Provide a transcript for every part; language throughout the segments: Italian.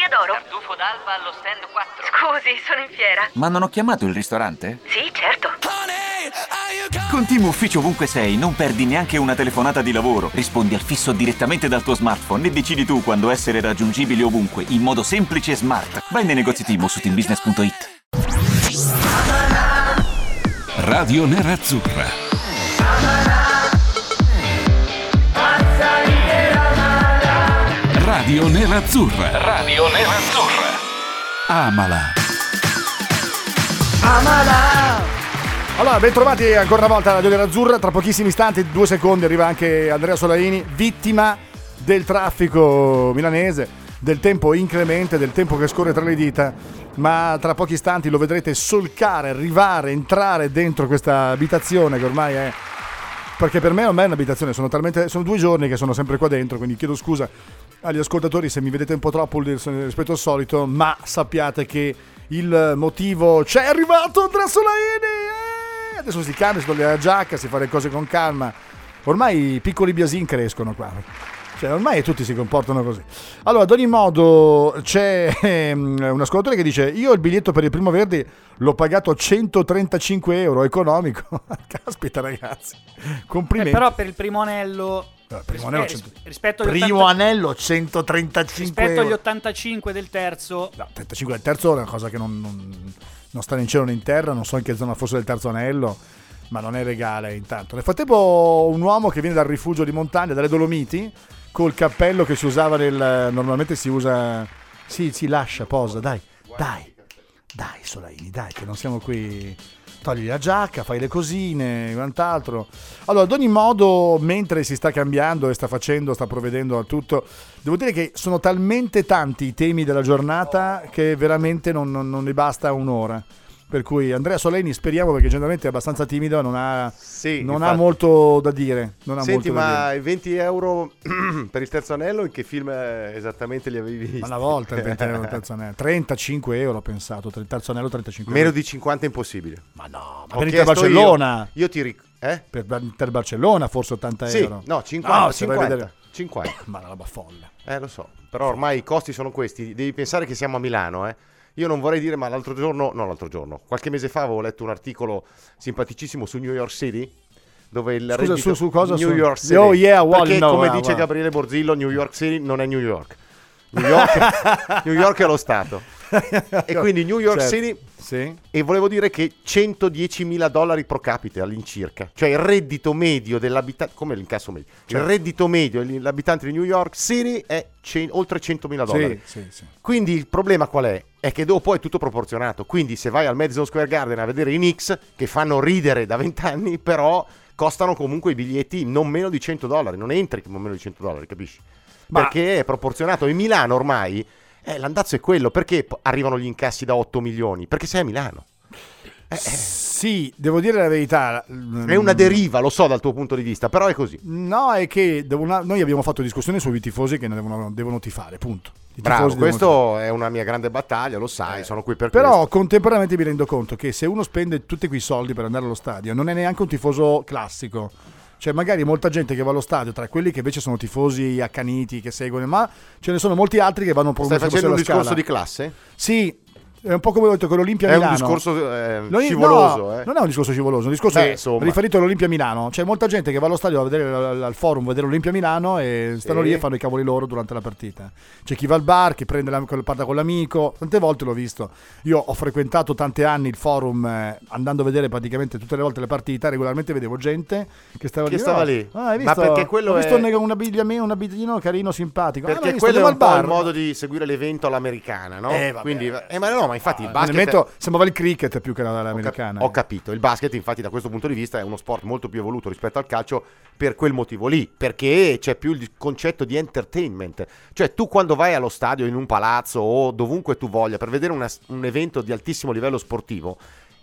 Osteria d'Oro. Tartufo d'alba allo stand 4. Scusi, sono in fiera. Ma non ho chiamato il ristorante? Sì, certo. Con Team Ufficio ovunque sei, non perdi neanche una telefonata di lavoro. Rispondi al fisso direttamente dal tuo smartphone e decidi tu quando essere raggiungibile ovunque, in modo semplice e smart. Vai nei negozi Team o su teambusiness.it. Radio Nerazzurra. Radio Nerazzurra. Radio Nerazzurra. Amala. Allora, ben trovati ancora una volta a Radio Nerazzurra. Tra pochissimi istanti, 2 secondi, arriva anche Andrea Solaini, vittima del traffico milanese, del tempo inclemente, del tempo che scorre tra le dita. Ma tra pochi istanti lo vedrete solcare, arrivare, entrare dentro questa abitazione che ormai è... Perché per me non è un'abitazione, sono 2 giorni che sono sempre qua dentro, quindi chiedo scusa agli ascoltatori se mi vedete un po' troppo rispetto al solito, ma sappiate che il motivo c'è. È arrivato Andrea Solaini! Adesso si cambia, si toglie la giacca, si fa le cose con calma. Ormai i piccoli biasin crescono qua. Cioè, ormai tutti si comportano così. Allora, ad ogni modo, c'è un ascoltatore che dice: io il biglietto per il Primo Verdi l'ho pagato 135 euro, economico. Caspita, ragazzi, complimenti. Però per il primo anello, rispetto agli primo anello 135 rispetto euro. agli 85 del terzo. No, 35 del terzo è una cosa che non sta né in cielo né in terra. Non so in che zona fosse del terzo anello, ma non è legale. Intanto nel frattempo un uomo che viene dal rifugio di montagna, dalle Dolomiti, col cappello che si usava normalmente si usa, si lascia, posa, dai Solaini, dai, che non siamo qui, togli la giacca, fai le cosine, quant'altro. Allora, ad ogni modo, mentre si sta cambiando e sta provvedendo a tutto, devo dire che sono talmente tanti i temi della giornata che veramente non ne basta un'ora. Per cui Andrea Solaini, speriamo, perché generalmente è abbastanza timido, non ha molto da dire. Senti, ma i 20 euro per il terzo anello in che film esattamente li avevi visti? Ma una volta il 20 euro il terzo anello, 35 euro ho pensato, il terzo anello 35 Meno euro. di 50 è impossibile. Ma no, ma per Inter Barcellona. Io ti Per Inter Barcellona forse 80 euro. No, 50. No, 50. Ma una roba folle. Lo so, però ormai i costi sono questi. Devi pensare che siamo a Milano, Io non vorrei dire, ma qualche mese fa avevo letto un articolo simpaticissimo su New York City, dove il reddito su cosa? New York City. Oh yeah, perché come dice Gabriele Borzillo, New York City non è New York. New York è lo Stato. E quindi New York City, sì. E volevo dire che $110.000 pro capite all'incirca, cioè il reddito medio dell'abitante, come l'incasso medio, il reddito medio dell'abitante di New York City è oltre $100.000. Sì. Quindi il problema qual è? È che dopo è tutto proporzionato. Quindi se vai al Madison Square Garden a vedere i Knicks, che fanno ridere da 20 anni, però costano comunque i biglietti non meno di $100, non entri con meno di $100, capisci? Perché è proporzionato. In Milano ormai l'andazzo è quello. Perché arrivano gli incassi da 8 milioni? Perché sei a Milano. Sì, devo dire la verità. È una deriva, lo so dal tuo punto di vista, però è così. No, è che noi abbiamo fatto discussione sui tifosi che devono tifare, punto. Bravo, questo è una mia grande battaglia, lo sai, sono qui per però questo. Contemporaneamente mi rendo conto che se uno spende tutti quei soldi per andare allo stadio, non è neanche un tifoso classico. Cioè magari molta gente che va allo stadio, tra quelli che invece sono tifosi accaniti, che seguono, ma ce ne sono molti altri che vanno proprio. Stai facendo un discorso scala. Di classe? Sì. È un po' come ho detto con l'Olimpia Milano. Milano. È un discorso scivoloso. No, non è un discorso scivoloso, è un discorso riferito all'Olimpia Milano. C'è molta gente che va allo stadio a vedere al forum, vedere l'Olimpia Milano e stanno lì e fanno i cavoli loro durante la partita. C'è chi va al bar, chi prende parla con l'amico. Tante volte l'ho visto. Io ho frequentato tanti anni il forum andando a vedere praticamente tutte le volte le partite. Regolarmente vedevo gente che stava lì. Hai visto? Ma perché quello ho visto un abbigliamento carino, simpatico. Perché quello è un po' il modo di seguire l'evento all'americana, no? Quindi, ma infatti il basket sembrava il cricket più che l'americana. Ho capito, il basket infatti da questo punto di vista è uno sport molto più evoluto rispetto al calcio per quel motivo lì, perché c'è più il concetto di entertainment. Cioè tu quando vai allo stadio, in un palazzo o dovunque tu voglia per vedere un evento di altissimo livello sportivo,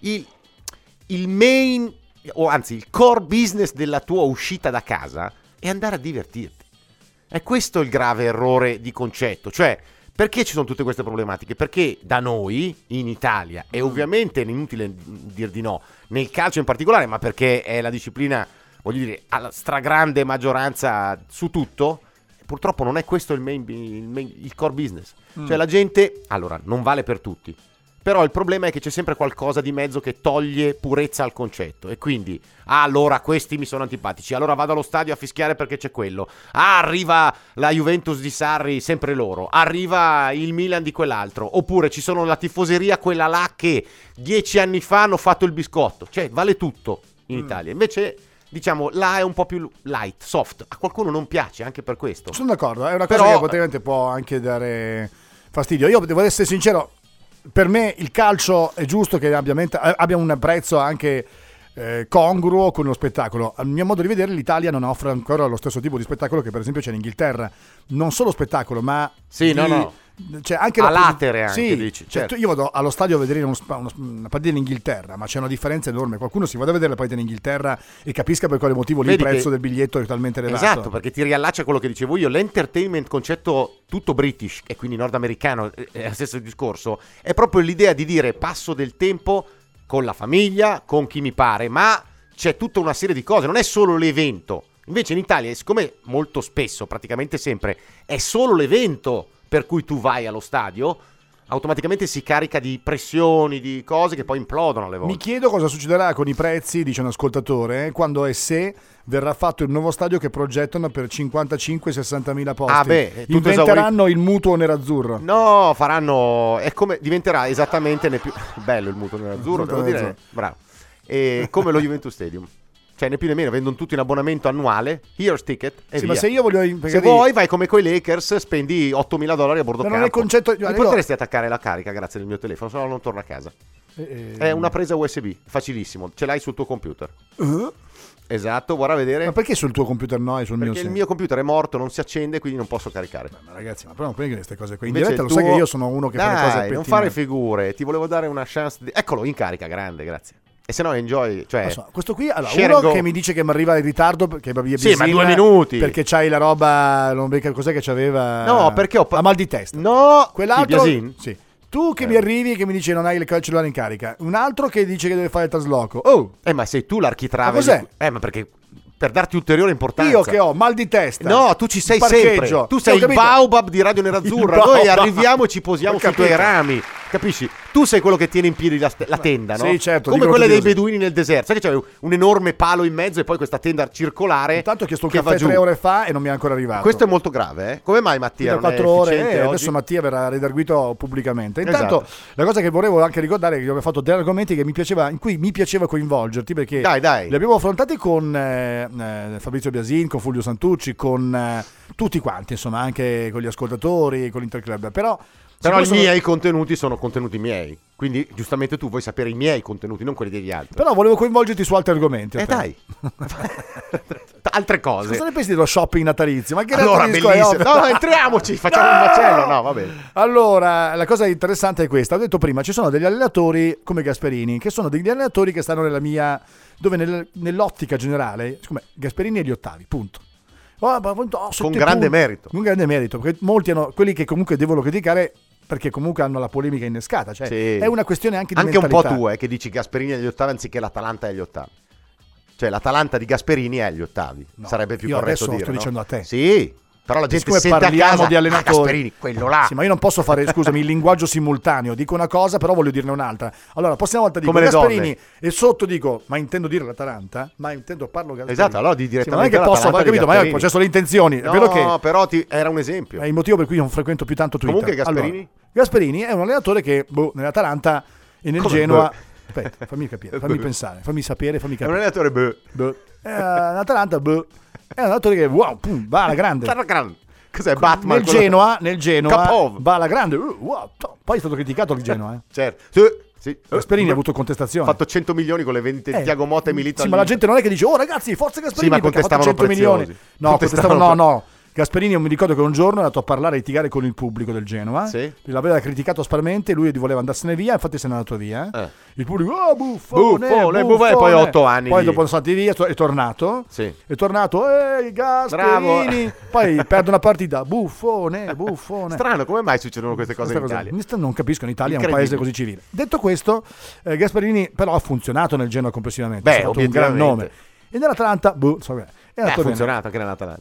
il main, o anzi il core business della tua uscita da casa è andare a divertirti. È questo il grave errore di concetto, cioè perché ci sono tutte queste problematiche? Perché da noi, in Italia, e ovviamente è inutile dir di no, nel calcio in particolare, ma perché è la disciplina, voglio dire, alla stragrande maggioranza su tutto, purtroppo non è questo il core business. Cioè la gente, allora, non vale per tutti, però il problema è che c'è sempre qualcosa di mezzo che toglie purezza al concetto, e quindi allora questi mi sono antipatici, allora vado allo stadio a fischiare perché c'è quello, arriva la Juventus di Sarri, sempre loro, arriva il Milan di quell'altro, oppure ci sono la tifoseria quella là che 10 anni fa hanno fatto il biscotto, cioè vale tutto in Italia. Invece diciamo là è un po' più light, soft, a qualcuno non piace anche per questo. Sono d'accordo, è una cosa che potenzialmente può anche dare fastidio. Io devo essere sincero, per me il calcio è giusto che abbia un prezzo anche congruo con lo spettacolo. Al mio modo di vedere l'Italia non offre ancora lo stesso tipo di spettacolo che per esempio c'è in Inghilterra, non solo spettacolo ma cioè anche a latere anche, sì, dici, cioè, certo. Io vado allo stadio a vedere una partita in Inghilterra, ma c'è una differenza enorme. Qualcuno si vada a vedere la partita in Inghilterra e capisca per quale motivo lì il prezzo del biglietto è talmente elevato. Esatto, perché ti riallaccia a quello che dicevo io, l'entertainment, concetto tutto british e quindi nordamericano, è lo stesso discorso, è proprio l'idea di dire passo del tempo con la famiglia, con chi mi pare, ma c'è tutta una serie di cose, non è solo l'evento. Invece in Italia, siccome molto spesso, praticamente sempre, è solo l'evento per cui tu vai allo stadio, automaticamente si carica di pressioni, di cose che poi implodono alle volte. Mi chiedo cosa succederà con i prezzi, dice un ascoltatore, quando e se verrà fatto il nuovo stadio che progettano per 55-60 mila posti. Inventeranno il mutuo nerazzurro. No, faranno, è come diventerà esattamente bello il mutuo nerazzurro, devo dire, bravo. E come lo Juventus Stadium. Cioè né più né meno, vendono tutti un abbonamento annuale, Heroes Ticket e sì, via. Ma se io voglio se vuoi vai come coi Lakers, spendi $8.000 a bordo campo. Non è il concetto. Mi potresti attaccare la carica grazie al mio telefono, se no non torno a casa. È una presa USB, facilissimo, ce l'hai sul tuo computer. Esatto, guarda a vedere. Ma perché sul tuo computer no e sul mio sì? Perché il mio computer è morto, non si accende, quindi non posso caricare. Ma ragazzi, ma però non prendi queste cose qui. In diretta lo sai che io sono uno che fa le cose pettine. Non fare figure, ti volevo dare una chance Eccolo, in carica, grande, grazie. E se no enjoy, cioè questo qui, allora, uno che mi dice che mi arriva in ritardo perché sì, ma 2 minuti. Perché c'hai la roba, non so cos'è che c'aveva. No, perché ho mal di testa. No, quell'altro sì. Tu che mi arrivi e che mi dici non hai il cellulare in carica. Un altro che dice che deve fare il trasloco. Ma sei tu l'architrave. Ma cos'è? Ma perché per darti ulteriore importanza. Io che ho mal di testa. No, tu ci sei sempre. Tu sei il baobab di Radio Nerazzurra. Noi arriviamo e ci posiamo sui tuoi rami. Capisci? Tu sei quello che tiene in piedi la tenda, no? Sì, certo. Come quelle dei beduini nel deserto. Sai che c'è un enorme palo in mezzo e poi questa tenda circolare. Intanto ho chiesto un caffè 3 ore fa e non mi è ancora arrivato. Questo è molto grave, eh? Come mai Mattia? 4 ore. Adesso Mattia verrà redarguito pubblicamente. Intanto la cosa che volevo anche ricordare è che abbiamo fatto degli argomenti in cui mi piaceva coinvolgerti, perché dai. li abbiamo affrontati con Fabrizio Biasin, con Fulvio Santucci, con tutti quanti, insomma, anche con gli ascoltatori, con l'Interclub. Però i miei contenuti sono contenuti miei, quindi giustamente tu vuoi sapere i miei contenuti, non quelli degli altri. Però volevo coinvolgerti su altri argomenti. Dai, altre cose. Cosa ne pensi dello shopping natalizio? Ma che allora, bellissimo. No, entriamoci, facciamo un macello. No, va bene. Allora, la cosa interessante è questa. Ho detto prima, ci sono degli allenatori come Gasperini, che sono degli allenatori che stanno nell'ottica generale, siccome Gasperini è gli ottavi, punto. Con grande merito. Un grande merito, perché molti hanno, quelli che comunque devono criticare, perché comunque hanno la polemica innescata, cioè sì. È una questione anche di mentalità. Un po' tu che dici Gasperini agli ottavi anziché l'Atalanta agli ottavi. Cioè l'Atalanta di Gasperini è agli ottavi, sarebbe più corretto dire. Io sto dicendo a te. Sì, però la gente sente parliamo a casa, di allenatori. Gasperini, quello là. Sì, ma io non posso fare, scusami, il linguaggio simultaneo. Dico una cosa, però voglio dirne un'altra. Allora, la prossima volta dico Gasperini e sotto dico, ma intendo dire l'Atalanta, ma intendo parlo Gasperini. Esatto, allora di direttamente. Sì, non è che posso aver capito, ma io ho processo le intenzioni. No, è vero che però era un esempio. È il motivo per cui non frequento più tanto Twitter. Comunque Gasperini? Allora, Gasperini è un allenatore che nell'Atalanta e nel Genoa. Aspetta, fammi capire, fammi pensare, fammi sapere, fammi capire. È un allenatore l'Atalanta è un allenatore che va alla grande. Cos'è Batman? Nel Genoa va alla grande. Poi è stato criticato il Genoa. Certo. Sì. Gasperini ha avuto contestazioni. Ha fatto 100 milioni con le vendite di Thiago Motta e Milito. Sì, ma la gente non è che dice ragazzi, forza Gasperini, sì, ma perché ha fatto 100 milioni. No. Gasperini, io mi ricordo che un giorno è andato a parlare e litigare con il pubblico del Genoa, sì. L'aveva criticato aspramente, lui voleva andarsene via, infatti se n'è andato via. Il pubblico, buffone, poi 8 anni. Poi dopo sono stati via, è tornato. Sì. È tornato, Gasperini. Bravo. Poi perde una partita, buffone. Strano, come mai succedono queste cose in Italia? Non capisco, in Italia è un paese così civile. Detto questo, Gasperini però ha funzionato nel Genoa complessivamente. Beh, ha fatto un gran nome. E nell'Atalanta, ha funzionato anche nell'Atalanta.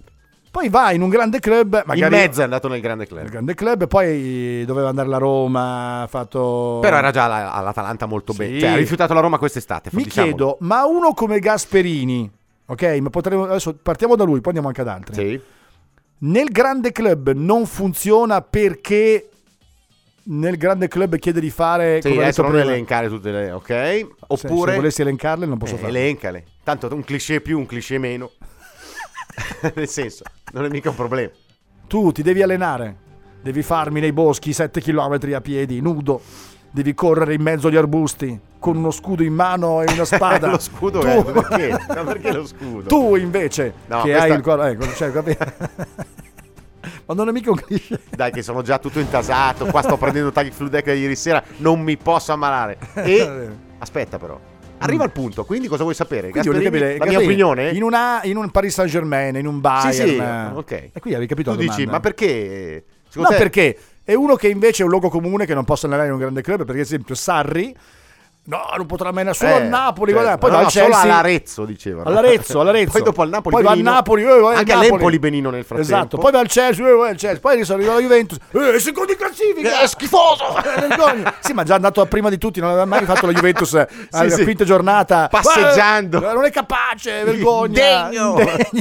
Poi va in un grande club, magari in mezzo è andato nel grande club. Nel grande club, poi doveva andare alla Roma, ha fatto... Però era già all'Atalanta molto bene. Cioè, ha rifiutato la Roma quest'estate. Mi chiedo, ma uno come Gasperini, ok? Ma potremmo, adesso partiamo da lui, poi andiamo anche ad altri. Sì. Nel grande club non funziona perché nel grande club chiede di fare... Sì, adesso non elencare tutte le... Ok? Oppure... Se volessi elencarle non posso farlo. Elencale. Tanto un cliché più, un cliché meno. Nel senso, non è mica un problema. Tu ti devi allenare, devi farmi nei boschi 7 km a piedi, nudo, devi correre in mezzo agli arbusti con uno scudo in mano e una spada. Lo scudo è perché? Ma perché lo scudo? Tu invece, no, che hai il cuore, ma non è mica un cliché. Dai, che sono già tutto intasato. Qua sto prendendo Tag Fludeck da ieri sera, non mi posso ammalare. E aspetta, però. Arriva al punto, quindi cosa vuoi sapere? Gasperini, la mia opinione? In un Paris Saint-Germain, in un Bayern. Sì, ok. E qui avevi capito tu la domanda. Dici, ma perché? No, perché è uno che invece è un luogo comune che non posso allenare in un grande club, perché ad esempio Sarri non potrà allenare solo al Napoli, certo. Poi va al Chelsea, solo all'Arezzo, dicevano. All'Arezzo. Poi dopo al Napoli, poi Benino. va al Napoli, anche all'Empoli Benino nel frattempo. Esatto, poi va al Chelsea, poi arriva alla Juventus, secondo in classifica, è schifoso. Sì, ma già andato prima di tutti, non aveva mai fatto la Juventus alla quinta giornata, passeggiando, non è capace, vergogna, degno.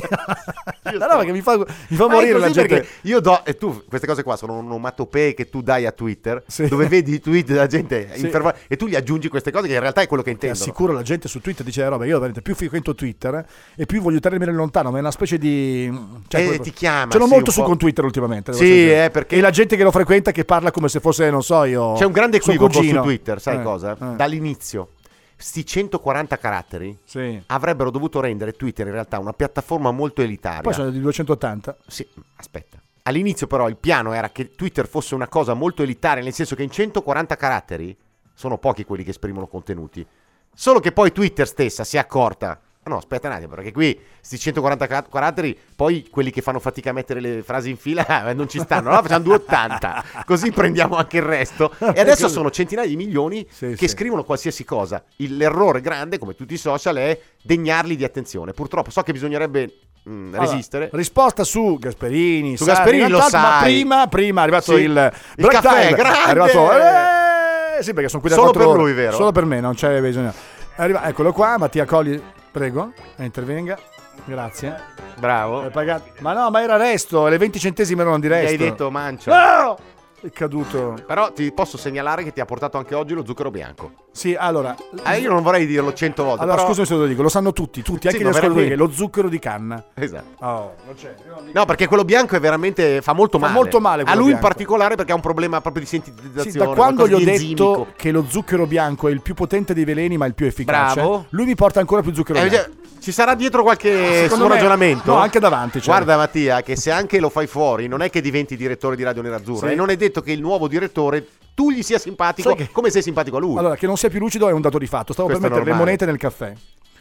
No, perché mi fa morire la gente. Io e tu queste cose qua sono onomatopee che tu dai a Twitter, dove vedi i tweet della gente e tu gli aggiungi queste cose che in realtà è quello che intendono. Assicuro la gente su Twitter dice roba, io veramente più frequento Twitter e più voglio tenermi lontano, ma è una specie di ti chiama. Ce l'ho molto su con Twitter ultimamente. Perché e la gente che lo frequenta che parla come se fosse, non so, io. C'è un grande equivoco su Twitter, sai cosa? Dall'inizio sti 140 caratteri avrebbero dovuto rendere Twitter in realtà una piattaforma molto elitaria. Poi sono di 280. Sì, aspetta. All'inizio però il piano era che Twitter fosse una cosa molto elitaria, nel senso che in 140 caratteri sono pochi quelli che esprimono contenuti. Solo che poi Twitter stessa si è accorta. No, aspetta un attimo, perché qui sti 140 caratteri, poi quelli che fanno fatica a mettere le frasi in fila non ci stanno, allora facciamo 280, così prendiamo anche il resto. E adesso sono centinaia di milioni che scrivono qualsiasi cosa. L'errore grande, come tutti i social, è degnarli di attenzione. Purtroppo so che bisognerebbe resistere. Risposta su Gasperini. Su Gasperini lo sai. Ma prima è arrivato il caffè grande. È arrivato, sì, perché sono qui da solo 4 per ore. Lui, vero? Solo per me, non c'è bisogno. Eccolo qua, Mattia Colli, prego, intervenga. Grazie. Bravo. Ma no, ma era resto, le 20 centesime erano di resto. Mi hai detto mancia. No! È caduto. Però ti posso segnalare che ti ha portato anche oggi lo zucchero bianco. Sì, allora. Io non vorrei dirlo 100 volte. Allora, però... scusami se lo dico, lo sanno tutti, anche gli ascoltatori, che lo zucchero di canna. Esatto. Oh, non c'è. No, perché quello bianco è veramente fa molto male. Molto male. A lui bianco. in particolare perché ha un problema proprio di sintetizzazione. Sì, da quando gli ho detto che lo zucchero bianco è il più potente dei veleni, ma il più efficace. Bravo. Lui mi porta ancora più zucchero bianco. Ci sarà dietro qualche suo ragionamento? No, anche davanti. Guarda Mattia, che se anche lo fai fuori, non è che diventi direttore di Radio Nerazzurra. E non è detto che il nuovo direttore tu gli sia simpatico come sei simpatico a lui. Allora, che non sia più lucido è un dato di fatto. Stavo per mettere le monete nel caffè.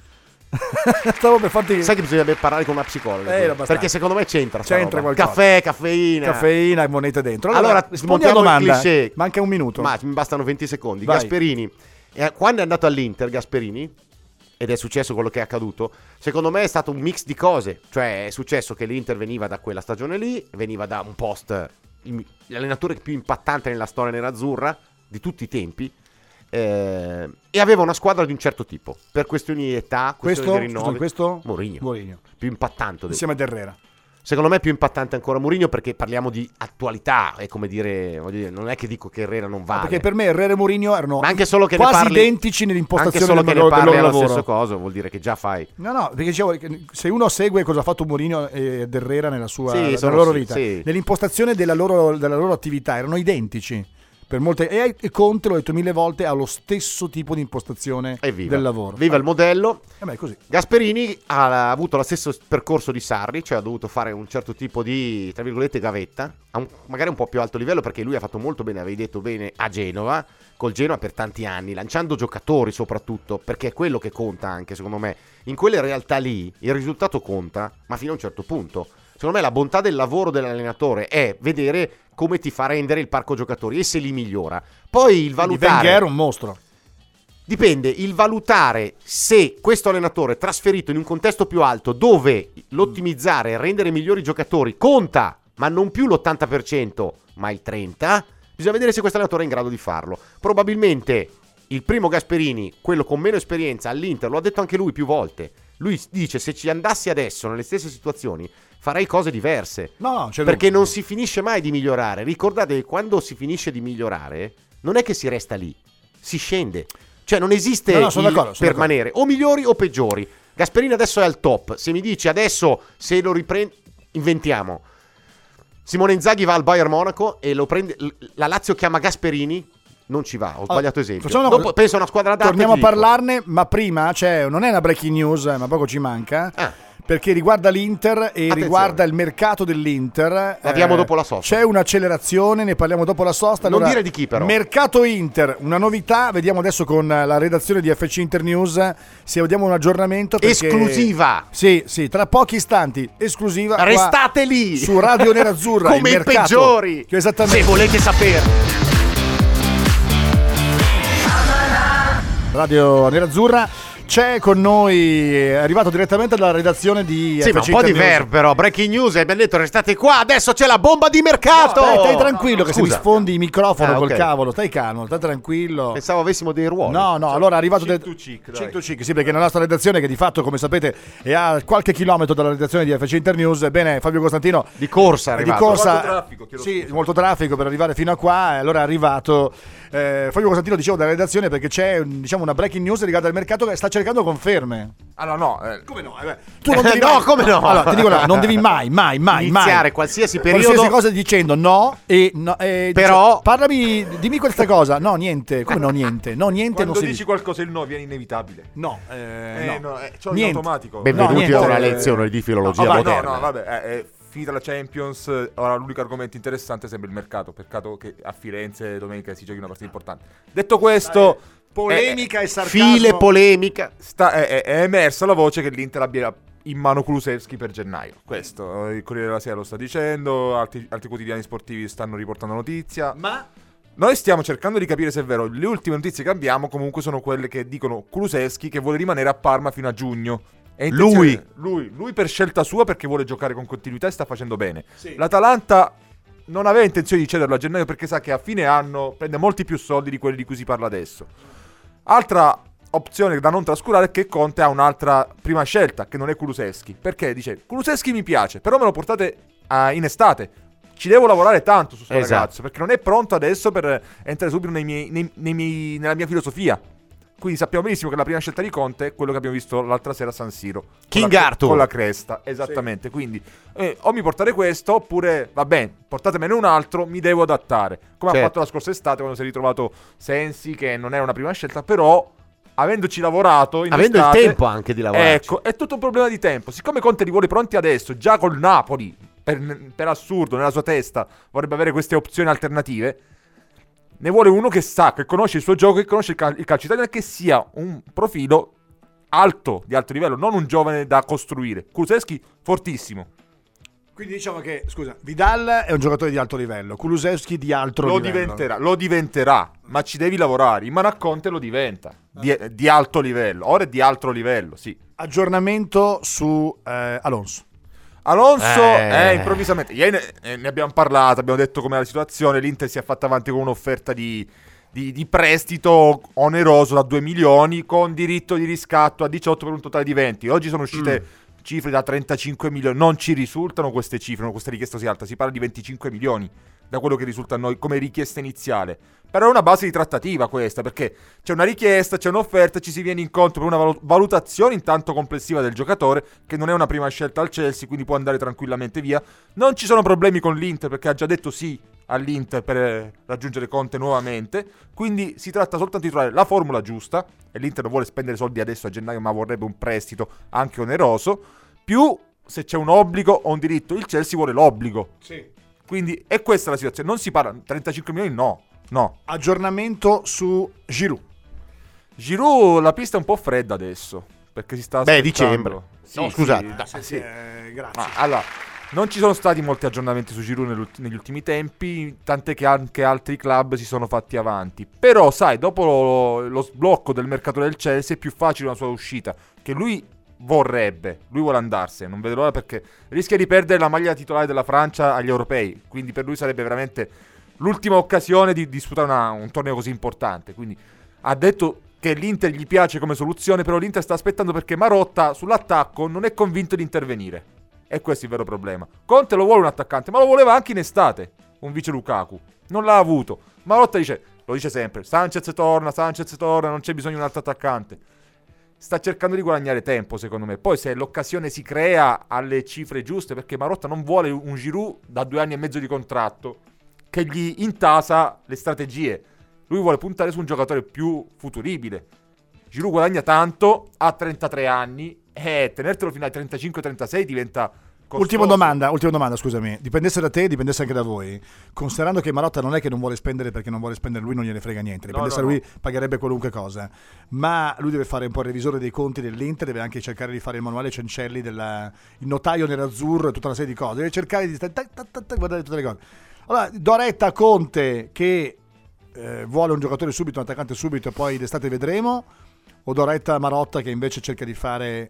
Stavo per farti... Sai che bisognerebbe parlare con una psicologa, perché secondo me c'entra qualcosa. Caffè, caffeina e monete dentro. Allora rispondiamo alla domanda. Cliché. Manca un minuto. Ma mi bastano 20 secondi. Vai. Gasperini, quando è andato all'Inter Gasperini, ed è successo quello che è accaduto, secondo me è stato un mix di cose. Cioè è successo che l'Inter veniva da quella stagione lì, veniva da un post, l'allenatore più impattante nella storia nerazzurra di tutti i tempi, e aveva una squadra di un certo tipo, per questioni di età, questioni di rinnovi. Questo? Mourinho, più impattante insieme ad Herrera. Secondo me è più impattante ancora Mourinho, perché parliamo di attualità, è come dire, voglio dire, non è che dico che Herrera non vale. Perché per me Herrera e Mourinho erano anche solo che quasi ne parli, identici nell'impostazione del loro lavoro. Anche solo che ne parli allo stesso cosa, vuol dire che già fai. No, perché dicevo, se uno segue cosa ha fatto Mourinho ed Herrera nella loro vita, nell'impostazione della loro attività erano identici. Per molte, e Conte, l'ho detto 1000 volte, ha lo stesso tipo di impostazione del lavoro. Viva il modello. Così. Gasperini ha avuto lo stesso percorso di Sarri, cioè ha dovuto fare un certo tipo di, tra virgolette, gavetta, magari un po' più alto livello, perché lui ha fatto molto bene, avevi detto bene, a Genova, col Genoa per tanti anni, lanciando giocatori soprattutto, perché è quello che conta anche, secondo me. In quelle realtà lì il risultato conta, ma fino a un certo punto. Secondo me la bontà del lavoro dell'allenatore è vedere come ti fa rendere il parco giocatori e se li migliora. Poi il valutare... Wenger è un mostro. Dipende il valutare se questo allenatore trasferito in un contesto più alto dove l'ottimizzare e rendere migliori giocatori conta, ma non più l'80%, ma il 30%, bisogna vedere se questo allenatore è in grado di farlo. Probabilmente il primo Gasperini, quello con meno esperienza all'Inter, lo ha detto anche lui più volte. Lui dice: se ci andassi adesso nelle stesse situazioni farei cose diverse. No, perché non si finisce mai di migliorare. Ricordate che quando si finisce di migliorare non è che si resta lì, si scende. Cioè non esiste permanere, o migliori o peggiori. Gasperini adesso è al top. Se mi dici adesso, se lo riprende, inventiamo, Simone Inzaghi va al Bayern Monaco e lo prende, la Lazio chiama Gasperini, non ci va, ho sbagliato esempio. Dopo penso a una squadra adatta. Torniamo a parlarne, ma prima non è una breaking news, ma poco ci manca. Perché riguarda l'Inter e riguarda il mercato dell'Inter. Parliamo dopo la sosta. C'è un'accelerazione, ne parliamo dopo la sosta. Non dire di chi però. Mercato Inter, una novità, vediamo adesso con la redazione di FC Inter News se vediamo un aggiornamento. Esclusiva. Sì, tra pochi istanti, esclusiva. Restate lì. Su Radio Nerazzurra. Come i peggiori. Esattamente. Se volete sapere. Radio Nerazzurra. C'è con noi, è arrivato direttamente dalla redazione di Sì, ma un po' di verb però, breaking news, abbiamo detto restate qua, adesso c'è la bomba di mercato! No, stai tranquillo che se mi sfondi il microfono col cavolo, stai calmo, stai tranquillo. Pensavo avessimo dei ruoli. No, allora è arrivato Cintucic, sì, perché la nostra redazione, che di fatto, come sapete, è a qualche chilometro dalla redazione di FC Inter News, bene, Fabio Costantino di corsa è arrivato. Molto traffico, molto traffico per arrivare fino a qua, e allora è arrivato Fabio Costantino, dicevo, dalla redazione, perché c'è una breaking news riguardo al mercato che sta cercando conferme. Allora no, come no? Tu non devi come no? Allora ti dico non devi mai iniziare qualsiasi periodo, qualsiasi cosa dicendo no però dimmi questa cosa. No, niente. Come no, niente? No, niente. Quando dici qualcosa il no viene inevitabile. No, c'ho in automatico. Benvenuti a una lezione di filologia moderna. No, vabbè, finita la Champions, ora l'unico argomento interessante sembra il mercato. Peccato che a Firenze domenica si giochi una partita importante. Detto questo, polemica e sarcasmo. File polemica. È emersa la voce che l'Inter abbia in mano Kulusevski per gennaio. Questo il Corriere della Sera lo sta dicendo, altri quotidiani sportivi stanno riportando notizia. Ma noi stiamo cercando di capire se è vero. Le ultime notizie che abbiamo comunque sono quelle che dicono Kulusevski che vuole rimanere a Parma fino a giugno. Lui per scelta sua, perché vuole giocare con continuità e sta facendo bene. Sì. L'Atalanta non aveva intenzione di cederlo a gennaio perché sa che a fine anno prende molti più soldi di quelli di cui si parla adesso. Altra opzione da non trascurare è che Conte ha un'altra prima scelta, che non è Kulusevski. Perché dice: Kulusevski mi piace, però me lo portate in estate. Ci devo lavorare tanto su questo ragazzo, perché non è pronto adesso per entrare subito nella mia filosofia. Quindi sappiamo benissimo che la prima scelta di Conte è quello che abbiamo visto l'altra sera a San Siro, King Arthur con la cresta, esattamente. Sì. Quindi o mi portate questo, oppure va bene, portatemene un altro, mi devo adattare, come ha fatto la scorsa estate quando si è ritrovato Sensi, che non era una prima scelta, però avendoci lavorato in avendo estate, il tempo anche di lavorare, ecco, è tutto un problema di tempo. Siccome Conte li vuole pronti adesso, già col Napoli, per assurdo nella sua testa vorrebbe avere queste opzioni alternative, ne vuole uno che sa, che conosce il suo gioco, che conosce il calcio italiano, che sia un profilo alto, di alto livello, non un giovane da costruire. Kulusevski fortissimo. Quindi diciamo che, scusa, Vidal è un giocatore di alto livello, Kulusevski di altro livello. Lo diventerà, ma ci devi lavorare. In mano a Conte lo diventa, di alto livello. Ora è di alto livello, sì. Aggiornamento su Alonso, improvvisamente, ieri ne abbiamo parlato, abbiamo detto com'è la situazione. L'Inter si è fatta avanti con un'offerta di prestito oneroso da 2 milioni con diritto di riscatto a 18 per un totale di 20. Oggi sono uscite cifre da 35 milioni, non ci risultano queste cifre, questa richiesta così alta, si parla di 25 milioni da quello che risulta a noi come richiesta iniziale. Però è una base di trattativa questa, perché c'è una richiesta, c'è un'offerta, ci si viene incontro per una valutazione intanto complessiva del giocatore, che non è una prima scelta al Chelsea, quindi può andare tranquillamente via. Non ci sono problemi con l'Inter, perché ha già detto sì all'Inter per raggiungere Conte nuovamente, quindi si tratta soltanto di trovare la formula giusta, e l'Inter non vuole spendere soldi adesso a gennaio, ma vorrebbe un prestito anche oneroso, più se c'è un obbligo o un diritto, il Chelsea vuole l'obbligo. Sì. Quindi è questa la situazione, non si parla 35 milioni, no. Aggiornamento su Giroud, la pista è un po' fredda adesso, perché si sta aspettando. dicembre. Sì, no, scusate. grazie. Allora, Non ci sono stati molti aggiornamenti su Giroud negli ultimi tempi, tant'è che anche altri club si sono fatti avanti. Però, sai, dopo lo sblocco del mercato del Chelsea è più facile una sua uscita, che lui vuole andarsene, non vedo l'ora perché rischia di perdere la maglia titolare della Francia agli europei, quindi per lui sarebbe veramente l'ultima occasione di disputare un torneo così importante. Quindi ha detto che l'Inter gli piace come soluzione, però l'Inter sta aspettando perché Marotta sull'attacco non è convinto di intervenire. E questo è il vero problema. Conte lo vuole un attaccante, ma lo voleva anche in estate, un vice Lukaku. Non l'ha avuto. Marotta lo dice sempre, Sanchez torna, non c'è bisogno di un altro attaccante. Sta cercando di guadagnare tempo, secondo me. Poi se l'occasione si crea alle cifre giuste, perché Marotta non vuole un Giroud da 2 anni e mezzo di contratto che gli intasa le strategie. Lui vuole puntare su un giocatore più futuribile. Giroud guadagna tanto, ha 33 anni e tenertelo fino ai 35-36 diventa costoso. Ultima domanda, scusami. Dipendesse da te, dipendesse anche da voi. Considerando che Marotta non è che non vuole spendere perché non vuole spendere, lui non gliene frega niente. Dipendesse da lui, pagherebbe qualunque cosa. Ma lui deve fare un po' il revisore dei conti dell'Inter, deve anche cercare di fare il manuale Cencelli, il notaio nerazzurro e tutta una serie di cose. Deve cercare di guardare tutte le cose. Allora, do retta a Conte che vuole un giocatore subito, un attaccante subito e poi d'estate vedremo. O do retta a Marotta che invece cerca di fare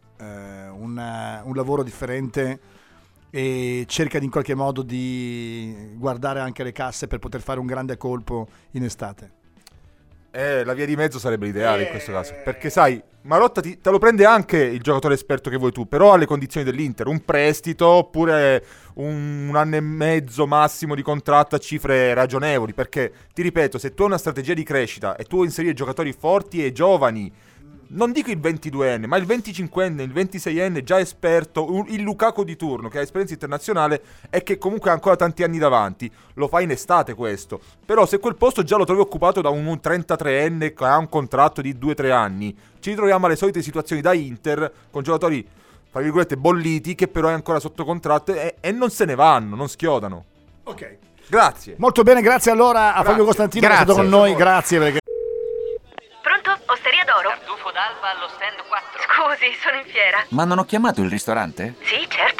un lavoro differente e cerca in qualche modo di guardare anche le casse per poter fare un grande colpo in estate. La via di mezzo sarebbe l'ideale in questo caso, perché sai, Marotta te lo prende anche il giocatore esperto che vuoi tu, però alle condizioni dell'Inter, un prestito oppure un anno e mezzo massimo di contratto a cifre ragionevoli, perché ti ripeto, se tu hai una strategia di crescita e tu inserire giocatori forti e giovani, non dico il 22enne, ma il 25enne, il 26enne già esperto, il Lukaku di turno che ha esperienza internazionale e che comunque ha ancora tanti anni davanti, lo fa in estate questo. Però se quel posto già lo trovi occupato da un 33enne che ha un contratto di 2-3 anni, ci ritroviamo alle solite situazioni da Inter con giocatori, tra virgolette, bolliti che però è ancora sotto contratto e non se ne vanno, non schiodano. Ok. Grazie. Molto bene, grazie allora a Fabio Costantino che è stato con noi, grazie perché... Pronto? Osteria d'oro? Tartufo d'alba allo stand 4. Scusi, sono in fiera. Ma non ho chiamato il ristorante? Sì, certo.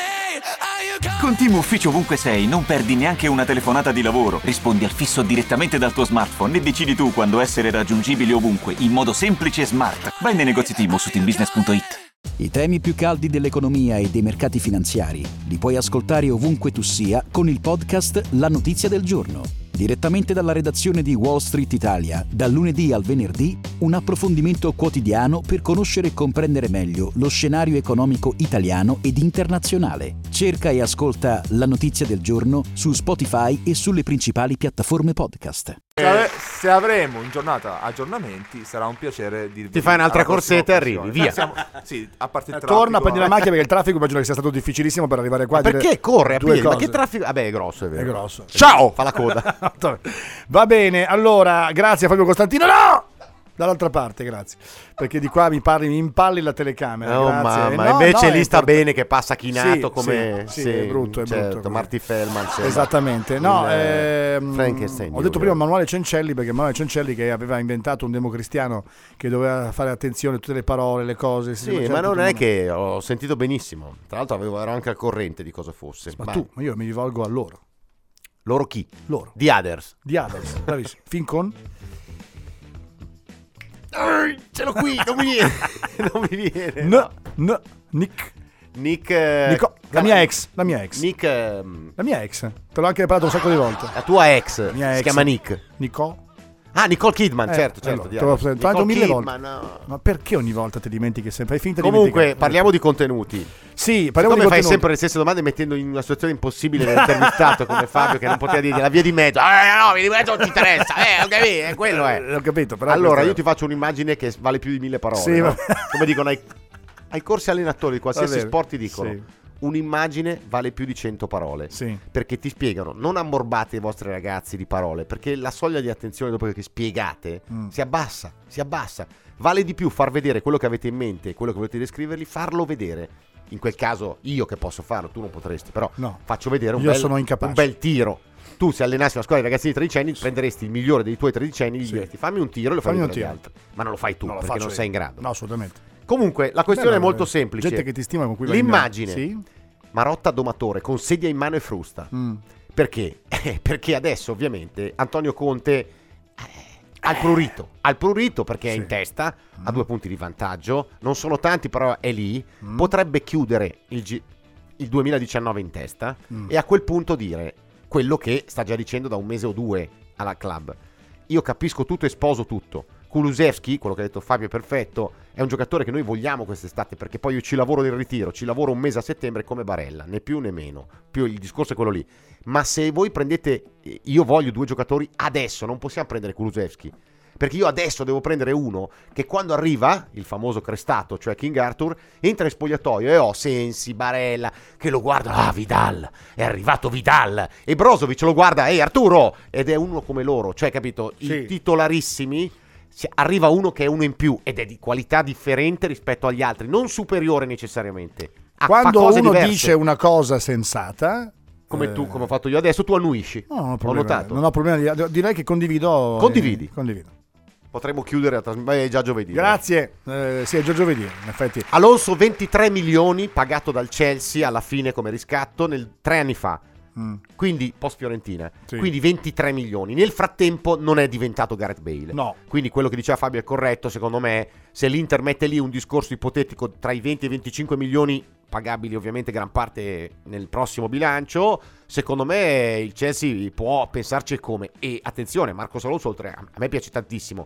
Con Team Ufficio ovunque sei, non perdi neanche una telefonata di lavoro. Rispondi al fisso direttamente dal tuo smartphone e decidi tu quando essere raggiungibile ovunque, in modo semplice e smart. Vai nei negozi Team o su teambusiness.it. I temi più caldi dell'economia e dei mercati finanziari li puoi ascoltare ovunque tu sia con il podcast La Notizia del Giorno. Direttamente dalla redazione di Wall Street Italia, dal lunedì al venerdì, un approfondimento quotidiano per conoscere e comprendere meglio lo scenario economico italiano ed internazionale. Cerca e ascolta La Notizia del Giorno su Spotify e sulle principali piattaforme podcast. Se avremo in giornata aggiornamenti sarà un piacere dirvi. Ti fai un'altra corsetta e arrivi, via. Sì, a parte il traffico. Torna, prendi la macchina perché il traffico immagino che sia stato difficilissimo per arrivare qua. Perché corre a piedi? Ma che cose. traffico? Vabbè, è grosso, è vero. È grosso. Ciao! Fa la coda. Va bene, allora, grazie a Fabio Costantino. No! Dall'altra parte, grazie. Perché di qua mi impalli la telecamera. Oh grazie. mamma, invece lì sta bene che passa chinato sì, come sì, è brutto, certo, Marty Feldman. Esattamente. No, Frankenstein. ho detto prima Manuale Cencelli, perché Manuale Cencelli che aveva inventato un democristiano che doveva fare attenzione a tutte le parole, le cose. Sì, ma non è che ho sentito benissimo. Tra l'altro ero anche al corrente di cosa fosse. Ma io mi rivolgo a loro. Loro chi? Loro. The Others. The Others, bravissimo. Fin con? Ce l'ho qui, non mi viene. Non mi viene. No. Nick. La mia ex. Nick. La mia ex. Te l'ho anche parlato un sacco di volte. La tua ex. Mia si chiama Nick. Nicole. Ah, Nicole Kidman, certo. Allora, te l'ho presentato mille volte. No. Ma perché ogni volta ti dimentichi sempre? Fai finta Comunque, di dimenticare. parliamo di contenuti. Sì, parliamo di contenuti. Fai contenuti. sempre le stesse domande mettendo in una situazione impossibile l'intervistato come Fabio che non poteva dire la via di mezzo. No, via di mezzo non ti interessa. Ho capito, quello è. Ho capito, però. Allora, io ti faccio un'immagine che vale più di 1000 parole. Sì, no? Come dicono ai corsi allenatori di qualsiasi sport ti dicono. Sì. Un'immagine vale più di 100 parole. Sì. Perché ti spiegano, non ammorbate i vostri ragazzi di parole, perché la soglia di attenzione dopo che spiegate si abbassa. Vale di più far vedere quello che avete in mente, quello che volete descrivergli, farlo vedere. In quel caso io che posso farlo, tu non potresti, però faccio vedere un bel tiro. Tu se allenassi una squadra di ragazzini di 13 anni prenderesti il migliore dei tuoi 13 anni e gli diresti fammi un tiro e lo fai vedere agli altri. Ma non lo fai tu perché non sei in grado. No, assolutamente. Comunque la questione è molto semplice. Gente che ti stima con cui l'immagine. Sì? Marotta domatore con sedia in mano e frusta. Perché? Perché adesso ovviamente Antonio Conte al prurito perché è in testa, ha 2 punti di vantaggio, non sono tanti però è lì, potrebbe chiudere il 2019 in testa e a quel punto dire quello che sta già dicendo da un mese o 2 alla club. Io capisco tutto e sposo tutto. Kulusevski, quello che ha detto Fabio è perfetto, è un giocatore che noi vogliamo quest'estate, perché poi io ci lavoro nel ritiro, ci lavoro un mese a settembre come Barella, né più né meno, più il discorso è quello lì. Ma se voi prendete, io voglio 2 giocatori adesso, non possiamo prendere Kulusevski, perché io adesso devo prendere uno che quando arriva, il famoso crestato, cioè King Arthur, entra in spogliatoio e ho Sensi, Barella, che lo guardano, Vidal, è arrivato Vidal, e Brozovic lo guarda, Arturo, ed è uno come loro, cioè capito, i titolarissimi, arriva uno che è uno in più ed è di qualità differente rispetto agli altri, non superiore necessariamente. Quando uno diverse. Dice una cosa sensata, come tu, come ho fatto io adesso, tu annuisci. No, non ho problema, direi che condivido. Condividi. Condivido. Potremmo chiudere la trasmissione, è già giovedì. Grazie, sì, è già giovedì, in effetti. Alonso 23 milioni pagato dal Chelsea alla fine come riscatto 3 anni fa. Quindi post Fiorentina, quindi 23 milioni. Nel frattempo non è diventato Gareth Bale. No. Quindi quello che diceva Fabio è corretto, secondo me. Se l'Inter mette lì un discorso ipotetico tra i 20 e i 25 milioni, pagabili ovviamente gran parte nel prossimo bilancio, secondo me il Chelsea può pensarci come. E attenzione, Marcos Alonso oltre a me piace tantissimo,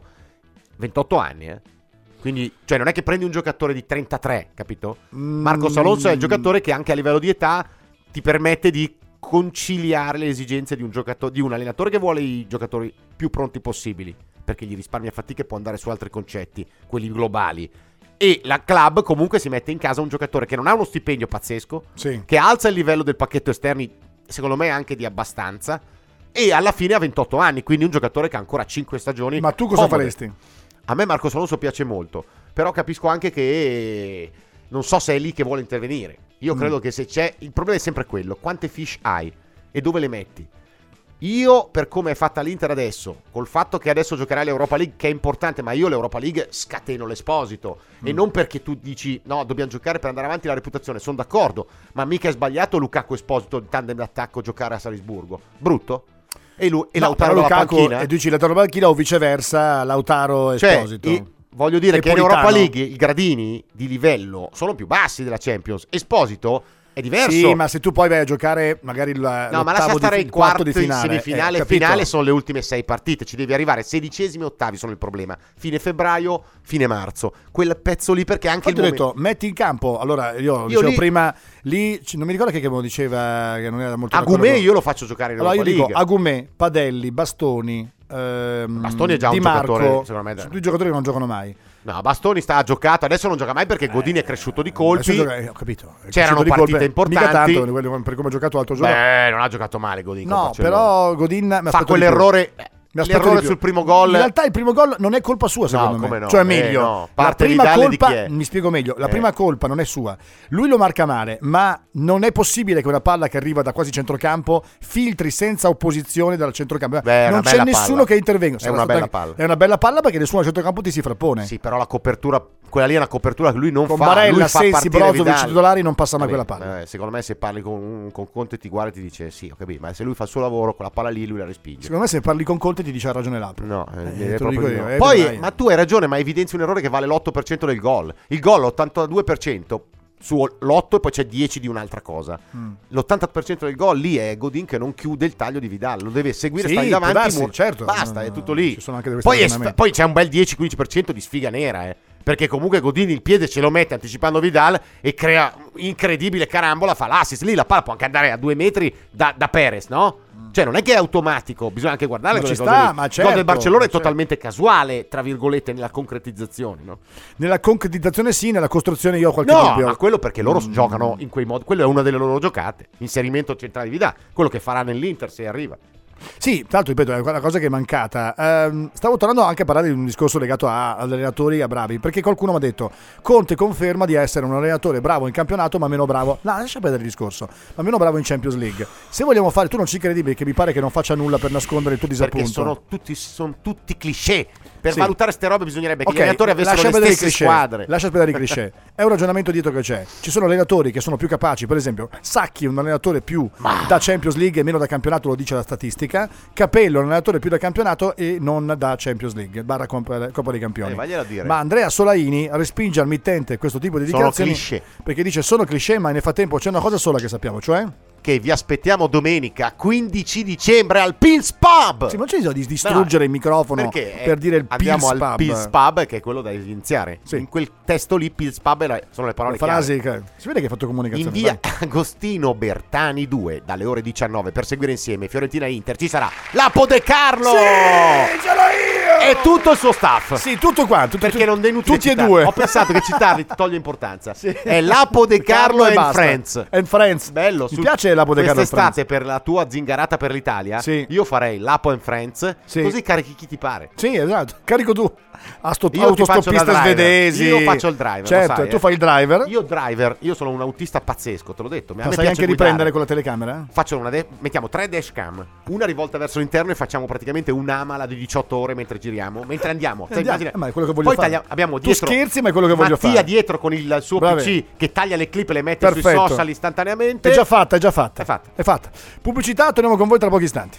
28 anni quindi cioè non è che prendi un giocatore di 33, capito? Marcos Alonso è il giocatore che anche a livello di età ti permette di conciliare le esigenze di un giocatore, di un allenatore che vuole i giocatori più pronti possibili, perché gli risparmia fatica e può andare su altri concetti, quelli globali. E la club comunque si mette in casa un giocatore che non ha uno stipendio pazzesco, che alza il livello del pacchetto esterni, secondo me anche di abbastanza, e alla fine ha 28 anni, quindi un giocatore che ha ancora 5 stagioni. Ma tu cosa faresti? A me Marcos Alonso piace molto, però capisco anche che non so se è lì che vuole intervenire. Io credo che se c'è, il problema è sempre quello: quante fish hai e dove le metti. Io, per come è fatta l'Inter adesso, col fatto che adesso giocherai l'Europa League, che è importante, ma io l'Europa League scateno l'Esposito, e non perché tu dici no, dobbiamo giocare per andare avanti la reputazione, sono d'accordo, ma mica è sbagliato Lukaku Esposito in tandem d'attacco giocare a Salisburgo, brutto? E Lautaro dalla panchina? E tu dici Lautaro dalla panchina o viceversa Lautaro Esposito? Voglio dire che in Europa League i gradini di livello sono più bassi della Champions. Esposito è diverso. Sì, ma se tu poi vai a giocare magari ma lascia stare i quarti di finale, semifinale e finale sono le ultime 6 partite, ci devi arrivare 16esimi e ottavi sono il problema. Fine febbraio, fine marzo. Quel pezzo lì, perché anche il momento... detto, metti in campo, allora io dicevo prima lì non mi ricordo che me lo diceva, che non era molto Agumè io lo faccio giocare in Europa League. Io dico Agumè, Padelli, Bastoni, Bastoni è già un giocatore, secondo me. Sono 2 giocatori che non giocano mai. No, Bastoni ha giocato, adesso non gioca mai perché Godin è cresciuto di colpi. Ho capito. C'erano partite importanti. Mica tanto per come ha giocato l'altro giorno. Non ha giocato male Godin. No, però Godin fa quell'errore. L'errore sul primo gol. In realtà il primo gol non è colpa sua, secondo me. No. Cioè meglio. No. Parte la prima colpa, mi spiego meglio. La prima colpa non è sua. Lui lo marca male, ma non è possibile che una palla che arriva da quasi centrocampo filtri senza opposizione dal centrocampo. Non c'è nessuno che intervenga. È una bella palla. È una bella palla perché nessuno al centrocampo ti si frappone. Sì, però la copertura, quella lì è una copertura che lui non con fa. Barella, lui Sensi, Brozovic, titolari non passa mai quella palla. Secondo me se parli con Conte ti guarda e ti dice sì, ho capito, ma se lui fa il suo lavoro con la palla lì lui la respinge. Secondo me se parli con Conte ti dice ha ragione l'altro. No, è proprio io. Poi, ma tu hai ragione, ma evidenzi un errore che vale l'8% del gol. Il gol l'82% su l'8 e poi c'è 10 di un'altra cosa. L'80% del gol lì è Godin che non chiude il taglio di Vidal, lo deve seguire, stai davanti, certo. Basta, è tutto lì. Poi c'è un bel 10-15% di sfiga nera, perché comunque Godin il piede ce lo mette anticipando Vidal e crea incredibile carambola, fa l'assist. Lì la palla può anche andare a 2 metri da Perez, no? Cioè non è che è automatico, bisogna anche guardare ma ci sta, ma certo, il gol del Barcellona è totalmente casuale, tra virgolette, nella concretizzazione, no? Nella concretizzazione sì, nella costruzione io ho qualche dubbio. No, ma quello perché loro giocano in quei modi, quello è una delle loro giocate, inserimento centrale di Vidal, quello che farà nell'Inter se arriva. Sì, tra l'altro ripeto, è una cosa che è mancata. Stavo tornando anche a parlare di un discorso legato agli allenatori a bravi, perché qualcuno mi ha detto Conte conferma di essere un allenatore bravo in campionato ma meno bravo, no, lascia perdere il discorso, ma meno bravo in Champions League. Se vogliamo fare, tu non ci credi, perché mi pare che non faccia nulla per nascondere il tuo disappunto, perché sono tutti cliché. Per valutare ste robe bisognerebbe che gli allenatori avessero lascia le stesse squadre. Lascia perdere i cliché. È un ragionamento dietro che c'è. Ci sono allenatori che sono più capaci, per esempio Sacchi è un allenatore più da Champions League e meno da campionato, lo dice la statistica. Capello è un allenatore più da campionato e non da Champions League / Coppa dei Campioni. Ma Andrea Solaini respinge al mittente questo tipo di dichiarazioni perché dice sono cliché, ma nel frattempo c'è una cosa sola che sappiamo, cioè che vi aspettiamo domenica 15 dicembre al Pils Pub. Sì, non c'è bisogno di distruggere il microfono per dire il Pils Pub. Andiamo al Pils Pub, che è quello da evidenziare. Sì. In quel testo lì Pils Pub sono le parole frasi chiave. Si vede che hai fatto comunicazione. In via Agostino Bertani 2 dalle ore 19 per seguire insieme Fiorentina Inter ci sarà Lapo De Carlo. Sì, ce l'ho io. E tutto il suo staff. Sì, tutto quanto. Perché non è inutile tutti e due. Ho pensato che citarli toglie importanza. Sì. È Lapo De Carlo and Friends. And Friends. Bello. Mi piace Lapo De Carlo and Friends. Quest'estate per la tua zingarata per l'Italia, io farei Lapo and Friends, così carichi chi ti pare. Sì, esatto. Carico tu. Autostoppiste svedesi. Io faccio il driver. Certo, sai, tu fai il driver. Io sono un autista pazzesco, te l'ho detto. Ma sai anche riprendere con la telecamera? Faccio mettiamo 3 dashcam, una rivolta verso l'interno e facciamo praticamente un'amala di 18 ore mentre giriamo, mentre andiamo. Ma è quello che voglio fare. Abbiamo dietro. Tu scherzi, ma è quello che voglio fare. Mattia dietro con il suo PC che taglia le clip e le mette sui social istantaneamente. È già fatta. Pubblicità, torniamo con voi tra pochi istanti.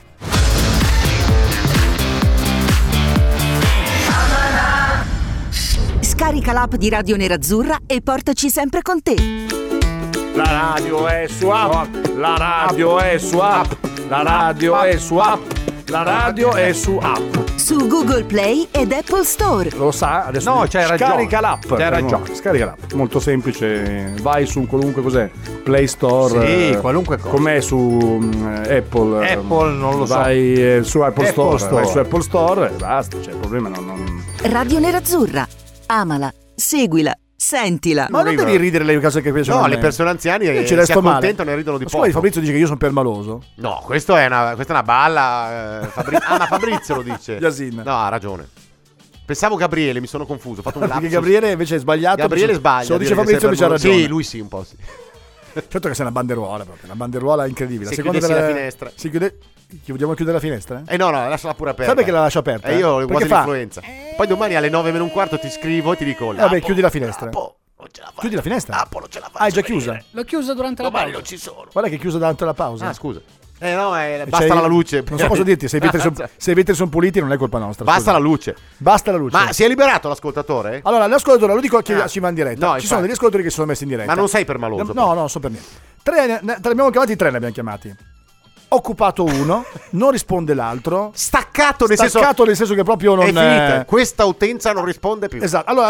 Scarica l'app di Radio Nerazzurra e portaci sempre con te. La radio è su app. La radio è su app. La radio è su app. La radio è su app. Su Google Play ed Apple Store. Lo sa? Adesso no, c'hai ragione. Scarica l'app. C'hai ragione. Scarica l'app. Molto semplice. Vai su qualunque cos'è. Play Store. Sì, qualunque cosa. Com'è su Apple? Apple non lo so. Vai su Apple Store. Store. Vai su Apple Store e basta. C'è il problema. Non... Radio Nerazzurra. Amala. Seguila. Sentila. Ma non devi ridere le cose che piacciono. No, le persone anziane si accontentano e ridono di poco. Poi Fabrizio dice che io sono permaloso. No, questa è una balla. Ma Fabrizio lo dice. Yasin. No, ha ragione. Pensavo Gabriele, mi sono confuso. Ho fatto un lapsus. Perché Gabriele invece è sbagliato. Gabriele sbaglia. Se lo dice Fabrizio invece ha ragione. Sì, lui sì, un po' sì. Certo che sei una banderuola proprio, una banderuola incredibile. Se chiudessi la finestra. Si chiude... Vogliamo chiudere la finestra? No, lasciala pure aperta. Sai perché la lascio aperta? Io ho quasi l'influenza. Poi domani alle 9:15 ti scrivo e ti dico vabbè, chiudi la finestra. Non ce la fai. Chiudi la finestra? Lapo non ce la faccio. È già chiusa? L'ho chiusa durante la pausa. Non ci sono. Guarda che è chiusa durante la pausa. Ah, scusa. Basta la luce. Non so cosa dirti, se i vetri sono puliti non è colpa nostra. Basta la luce. Ma si è liberato l'ascoltatore? Allora, l'ascoltatore lo dico a chi ci va in diretta. No, ci sono degli ascoltatori che si sono messi in diretta. Ma non sei permaloso. No, non so per niente. Ne abbiamo chiamati 3, ne abbiamo chiamati. Occupato uno, non risponde l'altro. Staccato nel senso che proprio non è finita. Questa utenza non risponde più. Esatto. Allora,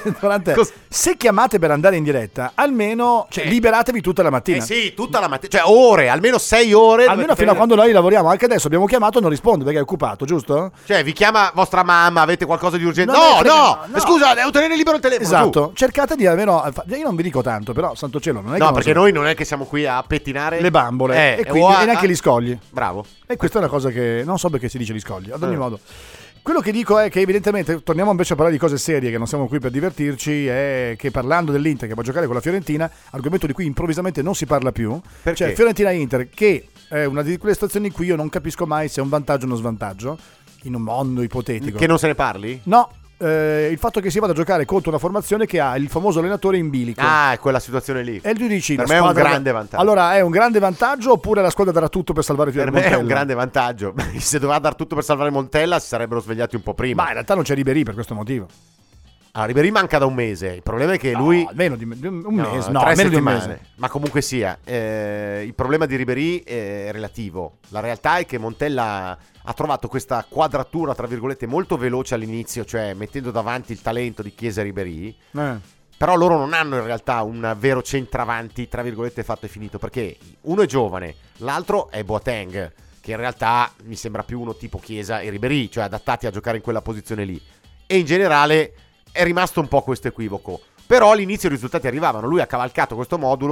se chiamate per andare in diretta, almeno liberatevi tutta la mattina. Sì, tutta la mattina. Cioè ore, almeno 6 ore. Almeno fino a quando noi lavoriamo. Anche adesso abbiamo chiamato, non risponde perché è occupato, giusto? Cioè, vi chiama vostra mamma, avete qualcosa di urgente? No. Scusa, devo tenere libero il telefono. Esatto. Cercate di almeno. Io non vi dico tanto, però, santo cielo, non è che. No, perché noi non è che siamo qui a pettinare le bambole. E quindi neanche gli scogli. Bravo. E questa è una cosa che non so perché si dice gli scogli. Ad ogni modo, quello che dico è che evidentemente torniamo invece a parlare di cose serie, che non siamo qui per divertirci, è che parlando dell'Inter che va a giocare con la Fiorentina, argomento di cui improvvisamente non si parla più. Perché? Cioè Fiorentina-Inter, che è una di quelle situazioni in cui io non capisco mai se è un vantaggio o uno svantaggio in un mondo ipotetico. Che non se ne parli? No. Il fatto che si vada a giocare contro una formazione che ha il famoso allenatore in bilico. Ah, è quella situazione lì. E tu dici, per me è un grande vantaggio. Allora, è un grande vantaggio oppure la squadra darà tutto per salvare Montella? Per me è un grande vantaggio. Se doveva dar tutto per salvare Montella si sarebbero svegliati un po' prima. Ma in realtà non c'è Ribéry per questo motivo. Allora, Ribéry manca da un mese. Il problema è che lui almeno di un mese, meno di un mese. Ma comunque sia, il problema di Ribéry è relativo. La realtà è che Montella ha trovato questa quadratura, tra virgolette, molto veloce all'inizio, cioè mettendo davanti il talento di Chiesa e Ribéry. Però loro non hanno in realtà un vero centravanti, tra virgolette, fatto e finito, perché uno è giovane, l'altro è Boateng, che in realtà mi sembra più uno tipo Chiesa e Ribéry, cioè adattati a giocare in quella posizione lì. E in generale è rimasto un po' questo equivoco. Però all'inizio i risultati arrivavano, lui ha cavalcato questo modulo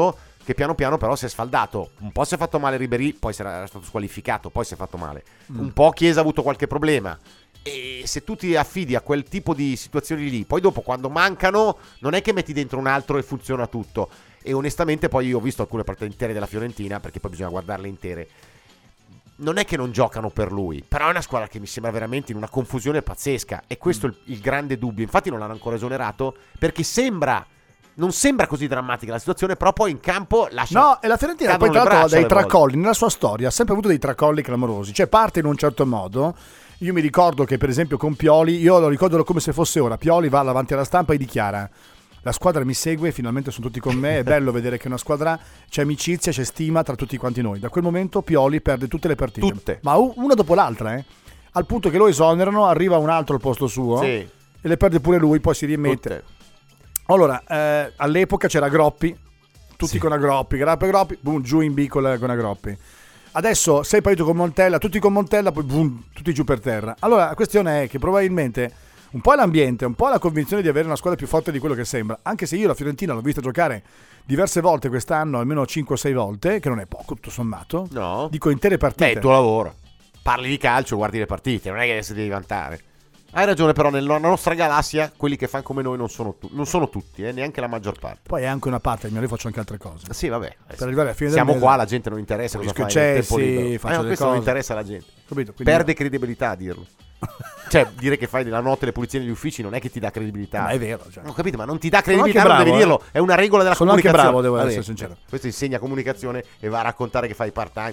che piano piano però si è sfaldato. Un po' si è fatto male Ribéry, poi era stato squalificato, poi si è fatto male. Un po' Chiesa ha avuto qualche problema. E se tu ti affidi a quel tipo di situazioni lì, poi dopo quando mancano non è che metti dentro un altro e funziona tutto. E onestamente poi io ho visto alcune partite intere della Fiorentina, perché poi bisogna guardarle intere. Non è che non giocano per lui, però è una squadra che mi sembra veramente in una confusione pazzesca. E questo è il grande dubbio. Infatti non l'hanno ancora esonerato, perché non sembra così drammatica la situazione, però poi in campo lascia. No, e la Fiorentina poi tra l'altro ha dei tracolli nella sua storia, ha sempre avuto dei tracolli clamorosi, cioè parte in un certo modo. Io mi ricordo che per esempio con Pioli, io lo ricordo come se fosse ora, Pioli va davanti alla stampa e dichiara: la squadra mi segue, finalmente sono tutti con me, è bello vedere che una squadra, c'è amicizia, c'è stima tra tutti quanti noi. Da quel momento Pioli perde tutte le partite, tutte, ma una dopo l'altra, al punto che lo esonerano, arriva un altro al posto suo, sì, e le perde pure lui, poi si rimette tutte. Allora, all'epoca c'era Groppi, tutti sì, con Agroppi, Groppi, boom, giù in B con Agroppi. Adesso sei partito con Montella, tutti con Montella, poi boom, tutti giù per terra. Allora la questione è che probabilmente un po' è l'ambiente, un po' è la convinzione di avere una squadra più forte di quello che sembra. Anche se io la Fiorentina l'ho vista giocare diverse volte quest'anno, almeno 5 o 6 volte, che non è poco tutto sommato. No. Dico intere partite. Beh, è il tuo lavoro. Parli di calcio, guardi le partite, non è che adesso devi vantare. Hai ragione, però nella nostra galassia quelli che fanno come noi non sono tutti, neanche la maggior parte. Poi è anche una parte, io faccio anche altre cose. Sì, vabbè. Per arrivare a fine siamo del qua, mese, la gente non interessa cosa fai nel tempo libero. Faccio questo cose. non interessa alla gente. Capito? Perde credibilità a dirlo. Cioè, dire che fai la notte le pulizie negli uffici non è che ti dà credibilità. Ma è vero, cioè. Ho capito, ma non ti dà credibilità, non devi dirlo. È una regola della comunicazione. Sono anche bravo, devo essere sincero. Questo insegna comunicazione e va a raccontare che fai part-time.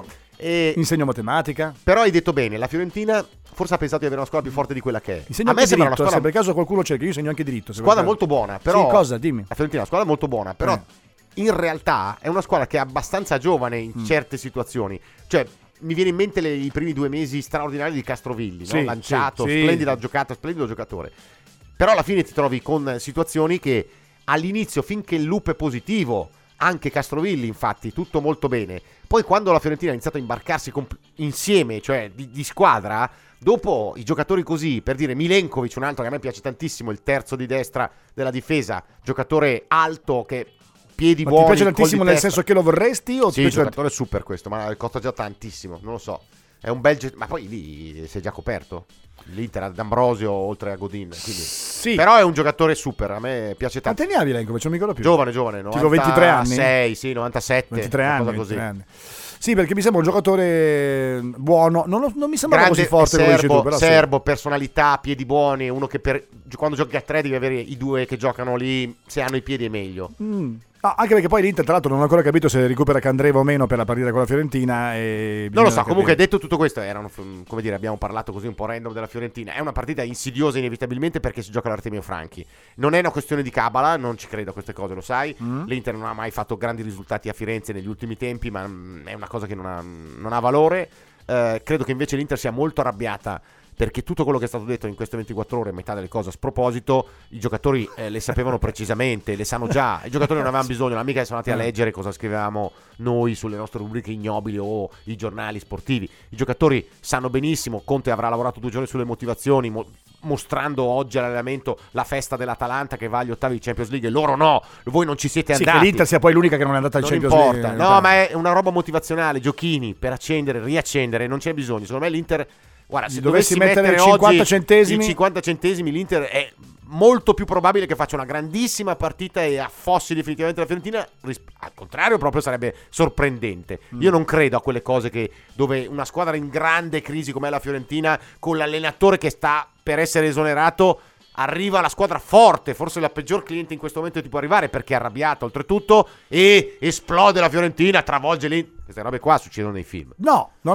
Insegno matematica. Però hai detto bene, la Fiorentina forse ha pensato di avere una squadra più forte di quella che è. Insegno anche diritto, se per caso qualcuno cerca, io insegno anche diritto. Squadra molto buona, però. Sì, cosa? Dimmi. La Fiorentina è una squadra molto buona, però in realtà è una squadra che è abbastanza giovane in certe situazioni. Cioè, mi viene in mente i primi 2 mesi straordinari di Castrovilli, no? Lanciato, splendida giocata, splendido giocatore. Però alla fine ti trovi con situazioni che all'inizio, finché il loop è positivo, anche Castrovilli infatti, tutto molto bene. Poi quando la Fiorentina ha iniziato a imbarcarsi insieme, cioè di squadra, dopo i giocatori così, per dire Milenkovic, un altro che a me piace tantissimo, il terzo di destra della difesa, giocatore alto che piedi buoni. Ti piace tantissimo nel senso che lo vorresti? O sì, il giocatore è super questo, ma costa già tantissimo, non lo so. È un bel ma poi lì si è già coperto. L'Inter ad Ambrosio oltre a Godin, quindi. Sì. Però è un giocatore super, a me piace tanto. Quanti ne ha Milenkovic? Non mi ricordo più. Giovane, 90, tipo 23 anni? 6, sì, 97, 23 anni, cosa così. 23 anni. Sì, perché mi sembra un giocatore buono, non mi sembra così forte come dici tu, però serbo, personalità, piedi buoni, uno che quando giochi a 3 devi avere i 2 che giocano lì, se hanno i piedi è meglio. Anche perché poi l'Inter tra l'altro non ho ancora capito se recupera Candreva o meno per la partita con la Fiorentina non lo so, comunque detto tutto questo come dire, abbiamo parlato così un po' random della Fiorentina. È una partita insidiosa inevitabilmente perché si gioca l'Artemio Franchi. Non è una questione di cabala, non ci credo a queste cose, lo sai. L'Inter non ha mai fatto grandi risultati a Firenze negli ultimi tempi, ma è una cosa che non ha valore. Credo che invece l'Inter sia molto arrabbiata perché tutto quello che è stato detto in queste 24 ore, metà delle cose a sproposito, i giocatori le sapevano precisamente, le sanno già. I giocatori non avevano bisogno, non mica sono andati a leggere cosa scrivevamo noi sulle nostre rubriche ignobili o i giornali sportivi. I giocatori sanno benissimo, Conte avrà lavorato 2 giorni sulle motivazioni, mostrando oggi all'allenamento la festa dell'Atalanta che va agli ottavi di Champions League, e loro no, voi non ci siete andati. Sì, che l'Inter sia poi l'unica che non è andata al Champions League. No, ma è una roba motivazionale, giochini per accendere, riaccendere, non c'è bisogno. Secondo me l'Inter, guarda, se dovessi mettere 50 centesimi, i 50 centesimi, l'Inter è molto più probabile che faccia una grandissima partita e affossi definitivamente la Fiorentina. Al contrario, proprio sarebbe sorprendente. Io non credo a quelle cose dove una squadra in grande crisi come la Fiorentina, con l'allenatore che sta per essere esonerato, arriva la squadra forte, forse la peggior cliente in questo momento ti può arrivare, perché è arrabbiata oltretutto, e esplode la Fiorentina, travolge lì. Queste robe qua succedono nei film. No, io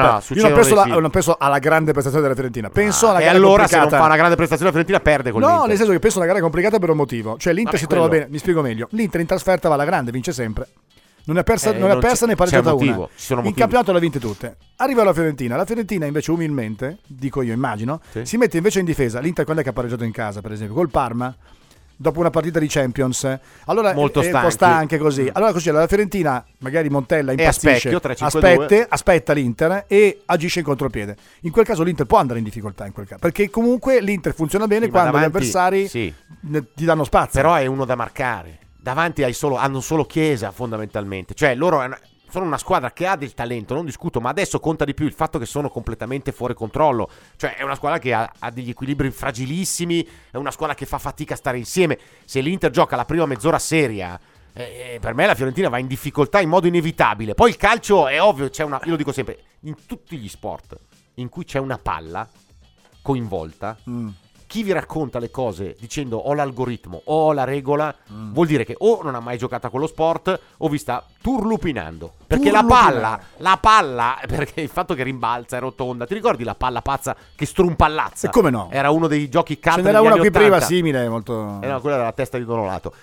non penso alla grande prestazione della Fiorentina, penso alla gara allora complicata. Se non fa una grande prestazione la Fiorentina perde con l'Inter. No, nel senso che penso alla gara complicata per un motivo, cioè l'Inter si trova bene, mi spiego meglio, l'Inter in trasferta va alla grande, vince sempre. Non è persa né pareggiata una. In campionato le ha vinte tutte. Arriva la Fiorentina invece umilmente, dico io, immagino, si mette invece in difesa. L'Inter quando è che ha pareggiato in casa, per esempio, col Parma, dopo una partita di Champions. Allora molto è un po' stanche così. Allora così la Fiorentina, magari Montella impazzisce, aspetta l'Inter e agisce in contropiede. In quel caso l'Inter può andare in difficoltà, in quel caso, perché comunque l'Inter funziona bene quando gli avversari ti danno spazio. Però è uno da marcare. davanti hanno solo Chiesa fondamentalmente, cioè loro sono una squadra che ha del talento, non discuto, ma adesso conta di più il fatto che sono completamente fuori controllo, cioè è una squadra che ha degli equilibri fragilissimi, è una squadra che fa fatica a stare insieme. Se l'Inter gioca la prima mezz'ora seria, per me la Fiorentina va in difficoltà in modo inevitabile. Poi il calcio è ovvio, io lo dico sempre, in tutti gli sport in cui c'è una palla coinvolta, chi vi racconta le cose dicendo ho l'algoritmo o ho la regola, vuol dire che o non ha mai giocato a quello sport o vi sta turlupinando. Perché la palla, perché il fatto che rimbalza è rotonda. Ti ricordi la palla pazza che strumpallazza? E come no? Era uno dei giochi cult. Ce n'era una qui prima simile, molto... no, quella era la testa di Donolato.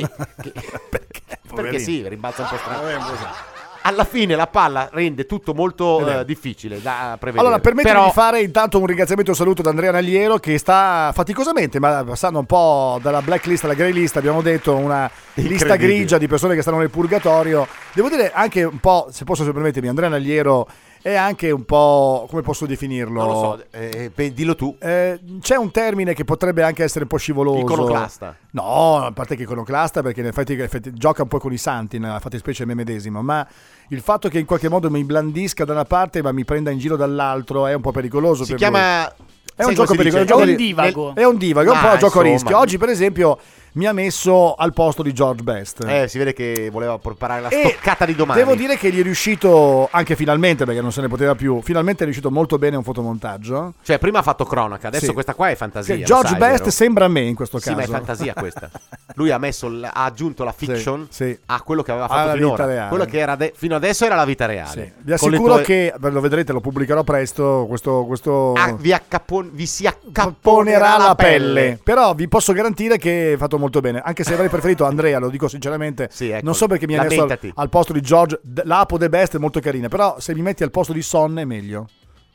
Perché sì, rimbalza un po' strano. Alla fine la palla rende tutto molto difficile da prevedere. Allora, permettimi di fare intanto un ringraziamento e un saluto ad Andrea Nagliero, che sta faticosamente, ma passando un po' dalla blacklist alla grey list, abbiamo detto una lista grigia di persone che stanno nel purgatorio. Devo dire anche un po', se posso permettermi, Andrea Nagliero è anche un po', come posso definirlo? Non lo so, dillo tu. C'è un termine che potrebbe anche essere un po' scivoloso. Iconoclasta. No, a parte che iconoclasta, perché in effetti gioca un po' con i santi, nella fattispecie me medesimo, ma il fatto che in qualche modo mi blandisca da una parte ma mi prenda in giro dall'altro è un po' pericoloso. Si chiama... È un gioco pericoloso. È un divago. È un divago, è un po' a gioco a rischio. Oggi, per esempio, mi ha messo al posto di George Best. Si vede che voleva preparare la stoccata di domani. Devo dire che gli è riuscito anche finalmente, perché non se ne poteva più. Finalmente è riuscito molto bene un fotomontaggio. Cioè, prima ha fatto cronaca, adesso questa qua è fantasia. George Best sembra a me in questo caso. Sì, ma è fantasia questa. Lui ha aggiunto la fiction a quello che aveva fatto finora. Quello che era fino adesso era la vita reale. Vi assicuro che, lo vedrete, lo pubblicherò presto. Questo vi si accapponerà la pelle. Però vi posso garantire che è fatto molto bene. Anche se avrei preferito Andrea, lo dico sinceramente, non so perché mi ha messo al posto di George. L'Apo The Best è molto carina, però se mi metti al posto di Son è meglio.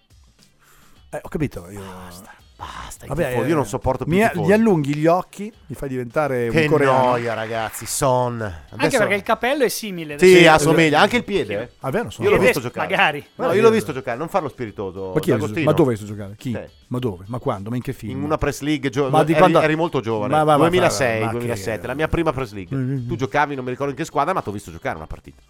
Ho capito. Basta, io non sopporto più gli allunghi gli occhi, mi fai diventare un coreano. Che noia, ragazzi. Son adesso... Anche perché il capello è simile. Sì, assomiglia. Anche il piede. Io l'ho visto giocare. Magari. No, io l'ho visto giocare. Non farlo spiritoso. Ma dove hai visto giocare? Chi? Ma dove? Ma quando? Ma in che film? In una press league. Eri molto giovane. 2006-2007. La mia prima press league. Tu giocavi, non mi ricordo in che squadra, ma ti ho visto giocare una partita.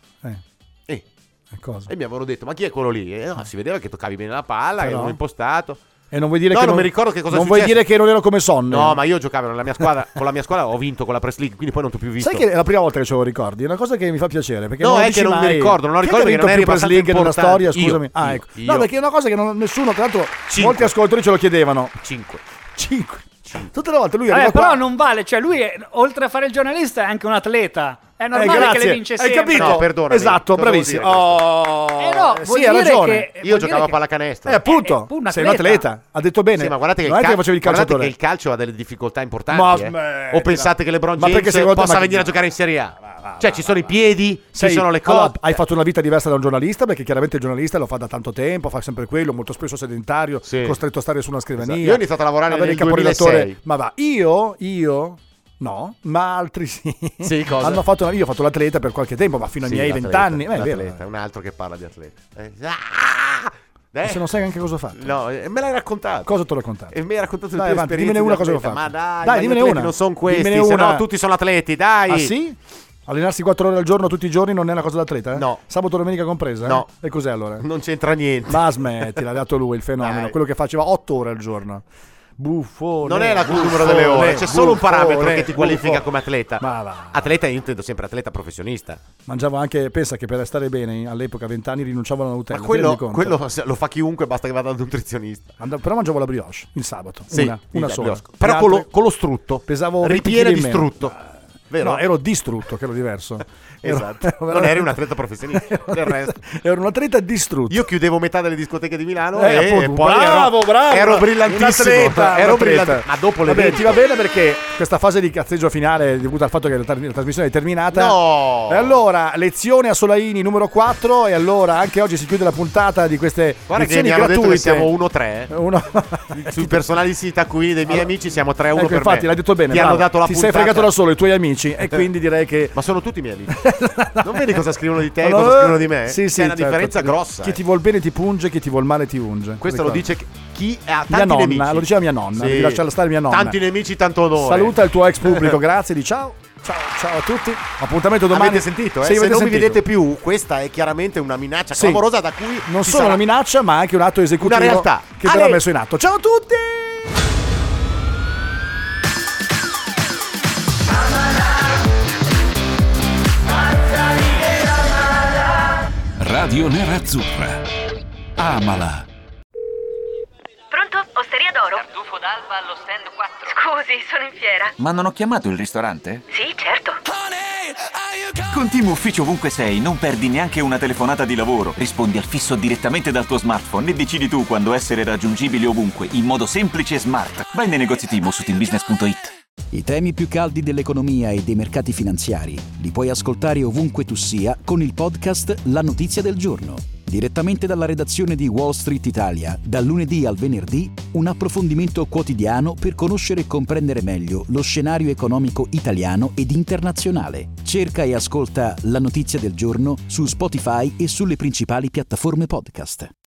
Cosa? E mi avevano detto, ma chi è quello lì? Si vedeva che toccavi bene la palla, che ero impostato. E non vuoi dire che non mi ricordo che cosa non vuoi dire che non ero come Son? No, ma io giocavo nella mia squadra, con la mia squadra ho vinto con la Press League, quindi poi non ti ho più visto. Sai che è la prima volta che ce lo ricordi? È una cosa che mi fa piacere, perché no, è che non mi ricordo, non ho ricordo che non eri Press League nella storia, scusami. Io. No, perché è una cosa che nessuno, tra l'altro molti ascoltatori ce lo chiedevano. 5. Tutte le volte lui arriva però qua. non vale, cioè lui oltre a fare il giornalista è anche un atleta. È normale che le vince sempre. Hai capito? No, perdona. Esatto, bravissimo. No, sì, ha ragione. Io giocavo a pallacanestro. Appunto, sei un atleta. Ha detto bene. Sì, ma guardate che non è che facevi il calciatore. Che il calcio ha delle difficoltà importanti. O pensate che LeBron James possa venire a giocare in Serie A? Cioè ci sono i piedi, ci sono le cose. Allora, hai fatto una vita diversa da un giornalista, perché chiaramente il giornalista lo fa da tanto tempo, fa sempre quello, molto spesso sedentario, costretto a stare su una scrivania. Io ho iniziato a lavorare nel 2006. Ma va, io no, ma altri sì. Sì, cosa? Io ho fatto l'atleta per qualche tempo, ma fino ai miei 20 anni. È un altro che parla di atleta. Se non sai anche cosa ho fatto. No, me l'hai raccontato. Cosa ti ho raccontato? E mi hai raccontato le tue esperienze. Dimmene una cosa che ho fatto. Ma dai, dimmene una. Non sono questi, se no tutti sono atleti, dai. Ah sì? Allenarsi 4 ore al giorno tutti i giorni non è una cosa da atleta? No. Sabato e domenica compresa? No. E cos'è allora? Non c'entra niente. Ma smetti, l'ha dato lui il fenomeno, quello che faceva 8 ore al giorno. Buffone. Non è il numero delle ore, c'è solo un parametro che ti qualifica come atleta. Atleta, io intendo sempre atleta professionista. Mangiavo anche, pensa che per stare bene all'epoca 20 anni rinunciavo alla Nutella. Ma quello lo fa chiunque, basta che vada dal nutrizionista. Però mangiavo la brioche il sabato, una sola. Però con lo strutto. Pesavo ripiena di strutto. Vero? No, ero distrutto, che era diverso. Esatto. Non eri un atleta professionista. Del resto. Ero un atleta distrutto. Appunto. Io chiudevo metà delle discoteche di Milano e poi bravo. Ero brillantissimo. Ero brillante. Ma dopo le 20 ti va bene, perché questa fase di cazzeggio finale è dovuta al fatto che la trasmissione è terminata. No. E allora, lezione a Solaini numero 4. E allora anche oggi si chiude la puntata di queste lezioni gratuite. Siamo 1-3. Sui personali siti taccuini dei miei amici siamo 3-1 per infatti, me. l'hai detto bene. Ti hanno dato la ti puntata. Sei fregato da solo i tuoi amici. E quindi direi che. Ma sono tutti miei amici. Non vedi cosa scrivono di te e cosa scrivono di me? Sì, c'è una differenza grossa. Chi ti vuol bene ti punge, chi ti vuol male ti unge. Questo lo dice chi ha tanti mia nonna, nemici. lo diceva mia nonna. Devi lasciarla stare mia nonna. Tanti nemici, tanto onore. Saluta il tuo ex pubblico, grazie, di ciao. Ciao a tutti. Appuntamento domani. Avete sentito? Sì, Se non sentito. mi vedete più, questa è chiaramente una minaccia clamorosa da cui non ci solo sarà una minaccia, ma anche un atto esecutivo una realtà che verrà messo in atto. Ciao a tutti! Radio Nerazzurra. Amala. Pronto? Osteria d'oro? Tartufo d'alba allo stand 4. Scusi, sono in fiera. Ma non ho chiamato il ristorante? Sì, certo. Con Team Ufficio ovunque sei, non perdi neanche una telefonata di lavoro. Rispondi al fisso direttamente dal tuo smartphone e decidi tu quando essere raggiungibile ovunque, in modo semplice e smart. Vai nei negozi Team o su teambusiness.it. I temi più caldi dell'economia e dei mercati finanziari li puoi ascoltare ovunque tu sia con il podcast La Notizia del Giorno. Direttamente dalla redazione di Wall Street Italia, dal lunedì al venerdì, un approfondimento quotidiano per conoscere e comprendere meglio lo scenario economico italiano ed internazionale. Cerca e ascolta La Notizia del Giorno su Spotify e sulle principali piattaforme podcast.